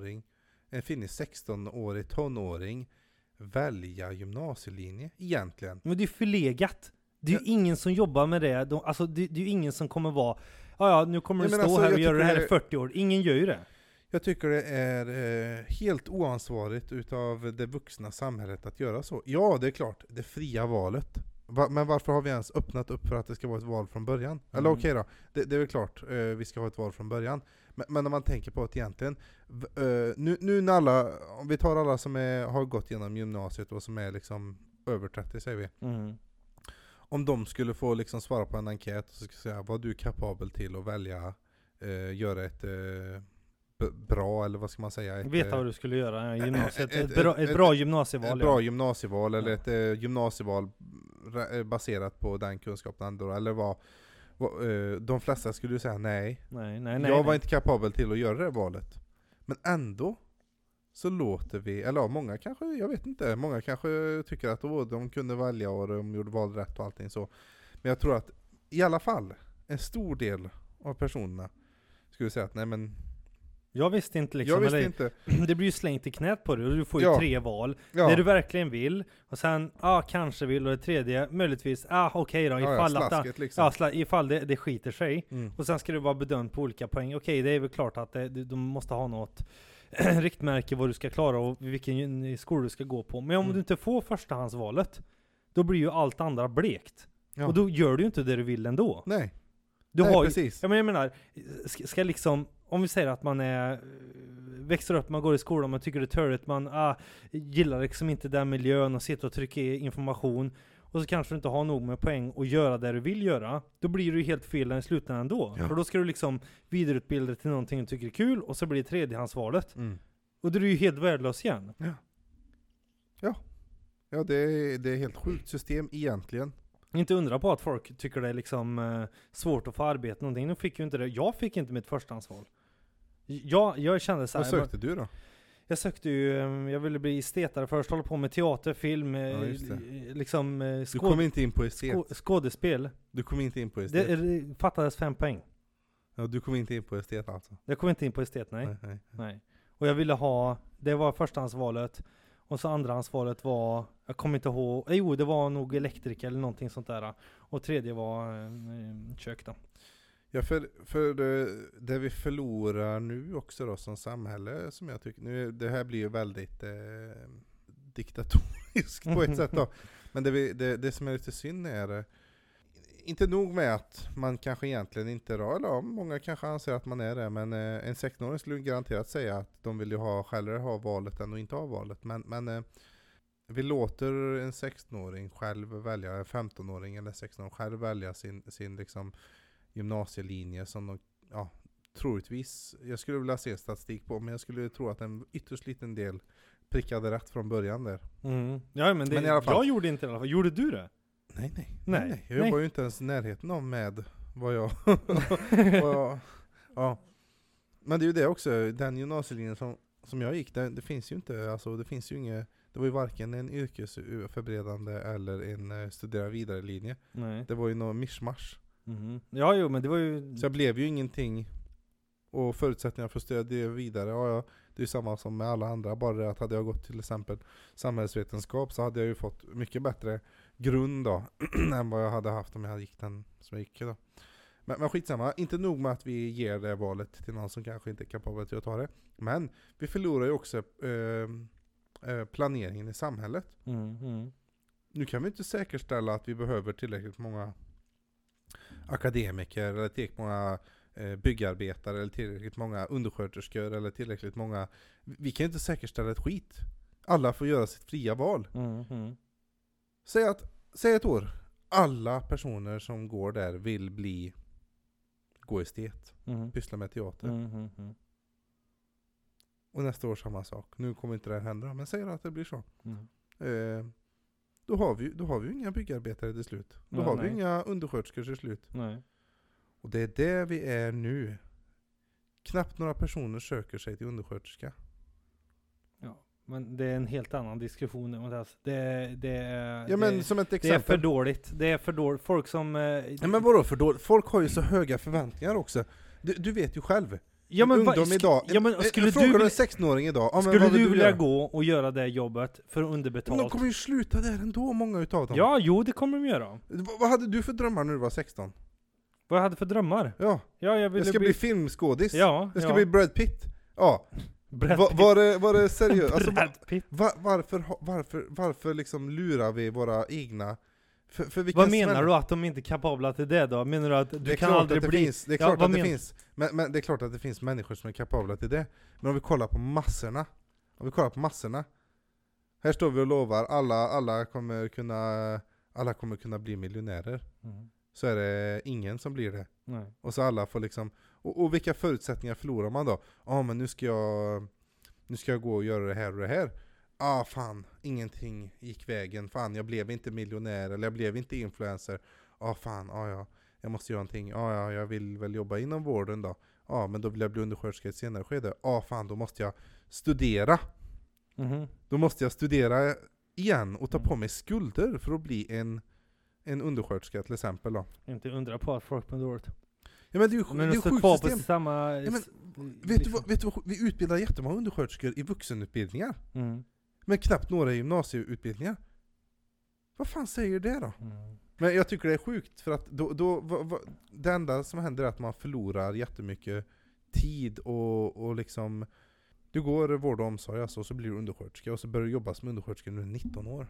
16-årig tonåring välja gymnasielinje egentligen? Men det är förlegat. Det är ju ingen som jobbar med det. Det är ju ingen som kommer vara... Ja, nu kommer du stå här och göra det här i 40 år. Ingen gör ju det. Jag tycker det är helt oansvarigt utav det vuxna samhället att göra så. Ja, det är klart, det fria valet. Men varför har vi ens öppnat upp för att det ska vara ett val från början? Eller okej då, det är väl klart vi ska ha ett val från början. Men när man tänker på att egentligen, nu när alla, om vi tar alla som har gått genom gymnasiet och som är liksom över 30 säger vi. Om de skulle få liksom svara på en enkät och så ska säga vad du är kapabel till att välja, göra ett... bra, eller vad ska man säga? Veta vad du skulle göra i gymnasiet. Ett bra gymnasieval. Ett bra gymnasieval, eller ett gymnasieval baserat på den kunskapen. Eller vad de flesta skulle säga nej. Jag var inte kapabel till att göra det valet. Men ändå så låter vi, eller många kanske, jag vet inte, många kanske tycker att de kunde välja och de gjorde val rätt och allting så. Men jag tror att i alla fall en stor del av personerna skulle säga att nej men jag visste inte liksom. Det blir ju slängt i knät på dig och du får ju 3 val. Det du verkligen vill. Och sen, kanske vill. Och det tredje, möjligtvis, okej då. Ifall det skiter sig. Och sen ska det vara bedömt på olika poäng. Okej, det är väl klart att de måste ha något riktmärke vad du ska klara och vilken skola du ska gå på. Men om du inte får förstahandsvalet, då blir ju allt andra blekt. Ja. Och då gör du ju inte det du vill ändå. Nej. Precis. Jag menar, ska liksom, om vi säger att man växer upp, man går i skolan, man tycker det är törligt, man gillar liksom inte den miljön och sitter och trycker information och så kanske du inte har nog med poäng att göra det du vill göra, då blir du helt fel i slutändan ändå. Ja. För då ska du liksom vidareutbilda dig till någonting du tycker är kul och så blir det tredjehandsvalet. Och då är du ju helt värdelös igen. Ja, det är helt sjukt system egentligen. Inte undra på att folk tycker det är liksom svårt att få arbeta någonting. Nu fick ju inte det. Jag fick inte mitt förstahandsval. Jag kände så här. Vad sökte du då? Jag sökte ju, jag ville bli estetare först, hålla på med teater, film, liksom du kom inte in på estet. Skådespel. Du kom inte in på estet. Det fattades 5 poäng. Ja, du kom inte in på estet alltså. Jag kom inte in på estet, nej. Och jag ville ha, det var förstahandsvalet. Och så andrahandsvalet var, jag kommer inte ihåg, det var nog elektriker eller någonting sånt där. Och tredje var kök då. Ja, för det vi förlorar nu också då som samhälle, som jag tycker, det här blir ju väldigt diktatoriskt på ett sätt då. Men det som är lite synd är, inte nog med att man kanske egentligen inte eller många kanske anser att man är det, men en 16-åring skulle garanterat säga att de vill ju hellre ha valet än att inte ha valet. Men vi låter en 16-åring själv välja, en 15-åring eller 16-åring själv välja sin liksom gymnasielinje som de, troligtvis, jag skulle vilja se statistik på, men jag skulle tro att en ytterst liten del prickade rätt från början där. Ja, men i alla fall, jag gjorde inte det i alla fall. Gjorde du det? Nej. Jag jobbar ju inte ens i närheten av med vad jag... ja. Men det är ju det också, den gymnasielinjen som som jag gick, det finns ju inte, alltså det finns ju inget, det var ju varken en yrkesförberedande eller en studera vidare linje. Nej. Det var ju någon mischmasch. Ja, jo, men det var ju... Så jag blev ju ingenting, och förutsättningar för att studera vidare, ja, det är ju samma som med alla andra, bara det att hade jag gått till exempel samhällsvetenskap så hade jag ju fått mycket bättre grund då än vad jag hade haft om jag gick den som jag gick då. Men skitsamma, inte nog med att vi ger det valet till någon som kanske inte är kapabel till att ta det. Men vi förlorar ju också planeringen i samhället. Nu kan vi inte säkerställa att vi behöver tillräckligt många akademiker eller tillräckligt många byggarbetare eller tillräckligt många undersköterskor eller tillräckligt många. Vi kan inte säkerställa ett skit. Alla får göra sitt fria val. Säg ett år. Alla personer som går där vill gå estet. Pyssla med teater. Och nästa år samma sak. Nu kommer inte det här hända, men säg att det blir så. Då har vi ju inga byggarbetare till slut. Då har vi inga undersköterskor till slut. Nej. Och det är där vi är nu. Knappt några personer söker sig till undersköterska. Ja, men det är en helt annan diskussion. Men som ett exempel. Det är för dåligt. Det är för dåligt. Folk som... Ja, men vadå för dåligt? Folk har ju så höga förväntningar också. Du vet ju själv. Ja, men ungdom idag. Ja, men skulle du en 16-åring idag. Ja, skulle du vilja gå och göra det jobbet för underbetalt? De kommer ju sluta där ändå, många utav dem. Ja, jo, det kommer de göra. Vad hade du för drömmar när du var 16? Vad jag hade för drömmar? Ja, jag ska bli filmskådis. Ja, jag ska bli Brad Pitt. Ja. Var det seriöst? Alltså, varför liksom lurar vi våra egna? Vad menar du att de inte är kapabla till det då? Menar du att du kan aldrig bli... Det är klart att det finns. Men det är klart att det finns människor som är kapabla till det. Men om vi kollar på massorna. Här står vi och lovar alla kommer kunna bli miljonärer. Så är det ingen som blir det. Nej. Och så alla får liksom... Och vilka förutsättningar förlorar man då? Men nu ska jag gå och göra det här och det här. Fan, ingenting gick vägen. Fan, jag blev inte miljonär eller jag blev inte influencer. Jag måste göra någonting. Jag vill väl jobba inom vården då. Men då vill jag bli undersköterska i ett senare skede. Fan, då måste jag studera. Då måste jag studera igen och ta på mig skulder för att bli en undersköterska till exempel då. Inte undra på att folk mår dåligt. Ja, men det är ju sjukt system. Samma, vet du vad? Vi utbildar jättemånga undersköterskor i vuxenutbildningar. Men knappt några gymnasieutbildningar. Vad fan säger det då? Men jag tycker det är sjukt för att det enda som händer är att man förlorar jättemycket tid och liksom du går vård och omsorg alltså, och så blir du undersköterska och så börjar du jobba som undersköterska när du är 19 år.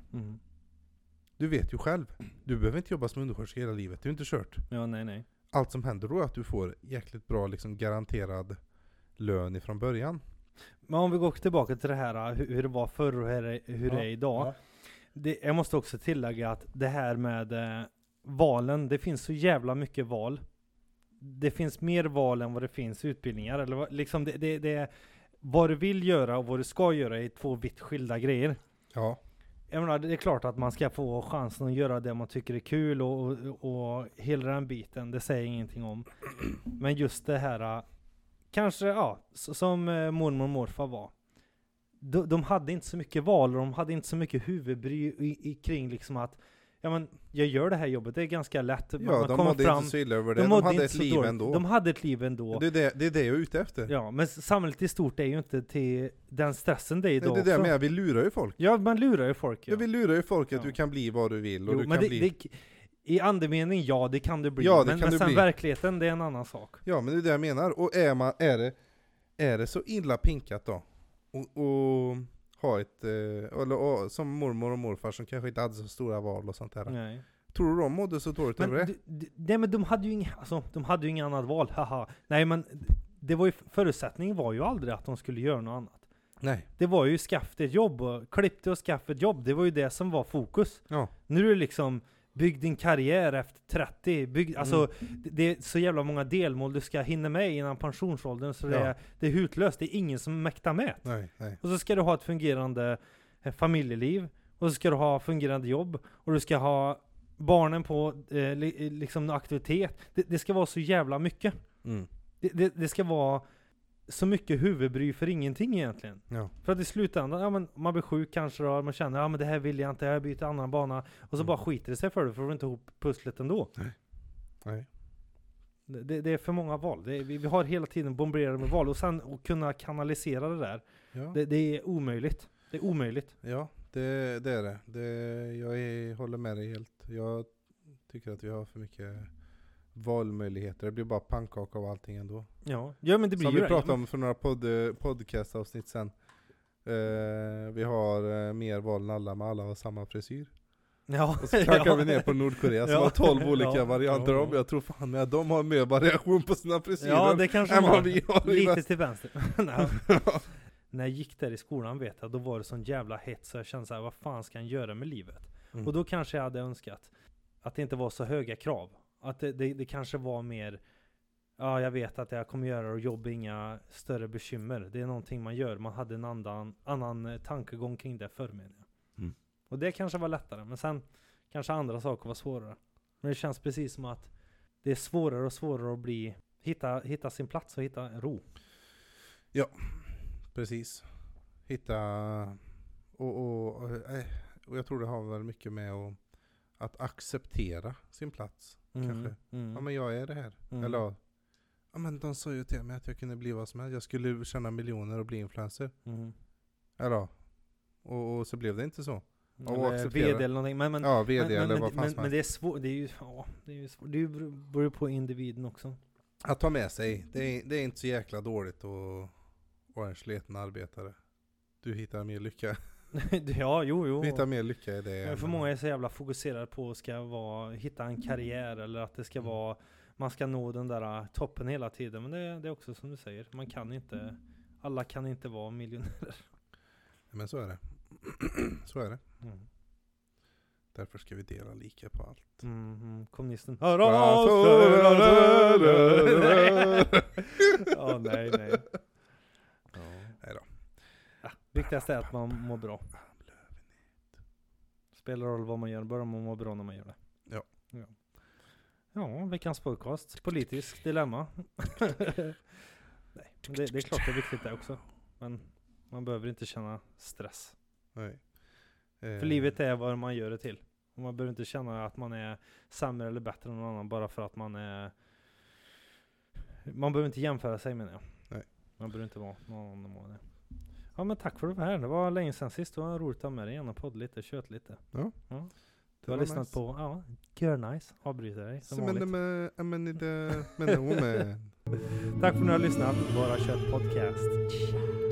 Du vet ju själv. Du behöver inte jobba som undersköterska hela livet. Det är inte kört. Ja, nej. Allt som händer då är att du får jäkligt bra liksom garanterad lön ifrån början. Men om vi går tillbaka till det här hur det var förr och hur det är idag. Ja. Jag måste också tillägga att det här med valen, det finns så jävla mycket val. Det finns mer val än vad det finns utbildningar. Eller liksom det vad du vill göra och vad du ska göra är två vitt skilda grejer. Ja. Jag menar, det är klart att man ska få chansen att göra det man tycker är kul och hela den biten, det säger ingenting om. Men just det här, kanske som mormor och morfar var. De hade inte så mycket val och de hade inte så mycket huvudbry kring liksom att jag gör det här jobbet, det är ganska lätt. Ja, de hade inte så illa över det. De hade ett liv ändå. De hade ett liv ändå. Det är det jag är ute efter. Ja, men samhället i stort är ju inte till den stressen det är idag. Det är det med, vi lurar ju folk. Ja, man lurar ju folk. Ja, vi lurar ju folk att du kan bli vad du vill. Och men i andemening, det kan du bli. Ja, men sen verkligheten, det är en annan sak. Ja, men det är det jag menar. Och är det så illa pinkat då? Och ha ett eller som mormor och morfar som kanske inte hade så stora val och sånt där. Nej. Tror du de mådde så dåligt över det? Nej, men de hade ju inga annat val. Haha. Nej, men det var ju förutsättningen var ju aldrig att de skulle göra något annat. Nej. Det var ju skaffa ett jobb och klippte och skaffa ett jobb. Det var ju det som var fokus. Ja. Nu är det liksom bygg din karriär efter 30. Alltså det är så jävla många delmål du ska hinna med innan pensionsåldern så det är hutlöst. Det är ingen som mäktar med. Nej. Och så ska du ha ett fungerande familjeliv och så ska du ha fungerande jobb och du ska ha barnen på liksom aktivitet. Det ska vara så jävla mycket. Det ska vara så mycket huvudbry för ingenting egentligen. Ja. För att i slutändan, ja, men man blir sjuk kanske då, man känner, ja men det här vill jag inte, jag byter annan bana. Och så bara skiter det sig för det, för att inte ihop pusslet ändå. Nej. Det är för många val. Vi har hela tiden bombarderade med val. Och sen att kunna kanalisera det där, det är omöjligt. Det är omöjligt. Ja, det är det. Jag håller med dig helt. Jag tycker att vi har för mycket valmöjligheter. Det blir bara pannkaka av allting ändå. Ja men det blir som ju vi pratade om för några podcastavsnitt sen. Vi har mer val än alla, men alla har samma frisyr. Ja. Och så klackar vi ner på Nordkorea som har 12 olika varianter av. Jag tror fan med att de har mer variation på sina frisyrer. Ja, det kanske än vad vi har. Lite till vänster. När jag gick där i skolan, vet jag, då var det sån jävla hets, så jag kände så här, vad fan ska jag göra med livet? Och då kanske jag hade önskat att det inte var så höga krav. Att det kanske var mer, ja jag vet att jag kommer göra och jobba, inga större bekymmer. Det är någonting man gör. Man hade en annan tankegång kring det förr, menar jag. Och det kanske var lättare, men sen kanske andra saker var svårare. Men det känns precis som att det är svårare och svårare att hitta sin plats och hitta ro. Ja, precis. Och jag tror det har väl mycket med att acceptera sin plats. Kanske. Ja, men jag är det här. Eller ja, men de sa ju till mig att jag kunde bli vad som helst. Jag skulle tjäna miljoner och bli influencer. Eller och så blev det inte så. VD eller någonting. Men VD eller vad fan som men det är svårt. Det är ju svårt. Det beror på individen också. Att ta med sig. Det är inte så jäkla dåligt att vara en sleten arbetare. Du hittar mer lycka. Ja, jo. Du hittar mer lycka i det. Men för många är så jävla fokuserade på att hitta en karriär, eller att det ska vara, man ska nå den där toppen hela tiden. Men det är också som du säger, alla kan inte vara miljonärer. Men så är det. Så är det. Därför ska vi dela lika på allt. Kommunisten. Nej nej. Nej då. Viktigast är att man mår bra. Spelar roll vad man gör, bara man mår bra när man gör det. Ja, veckans podcast. Politisk dilemma. Nej, det är klart det är viktigt det också. Men man behöver inte känna stress. Nej. För livet är vad man gör det till. Och man behöver inte känna att man är sämre eller bättre än någon annan bara för att man är... Man behöver inte jämföra sig, menar jag. Nej. Man behöver inte vara någon annan. Ja, men tack för att du var här. Det var länge sedan sist. Det var roligt att ha med dig igen och podda lite, kört lite. Ja. Du har lyssnat nice på, Girl Nice, avbryter dig som vanligt. Tack för att ni har lyssnat på Bara Kött Podcast.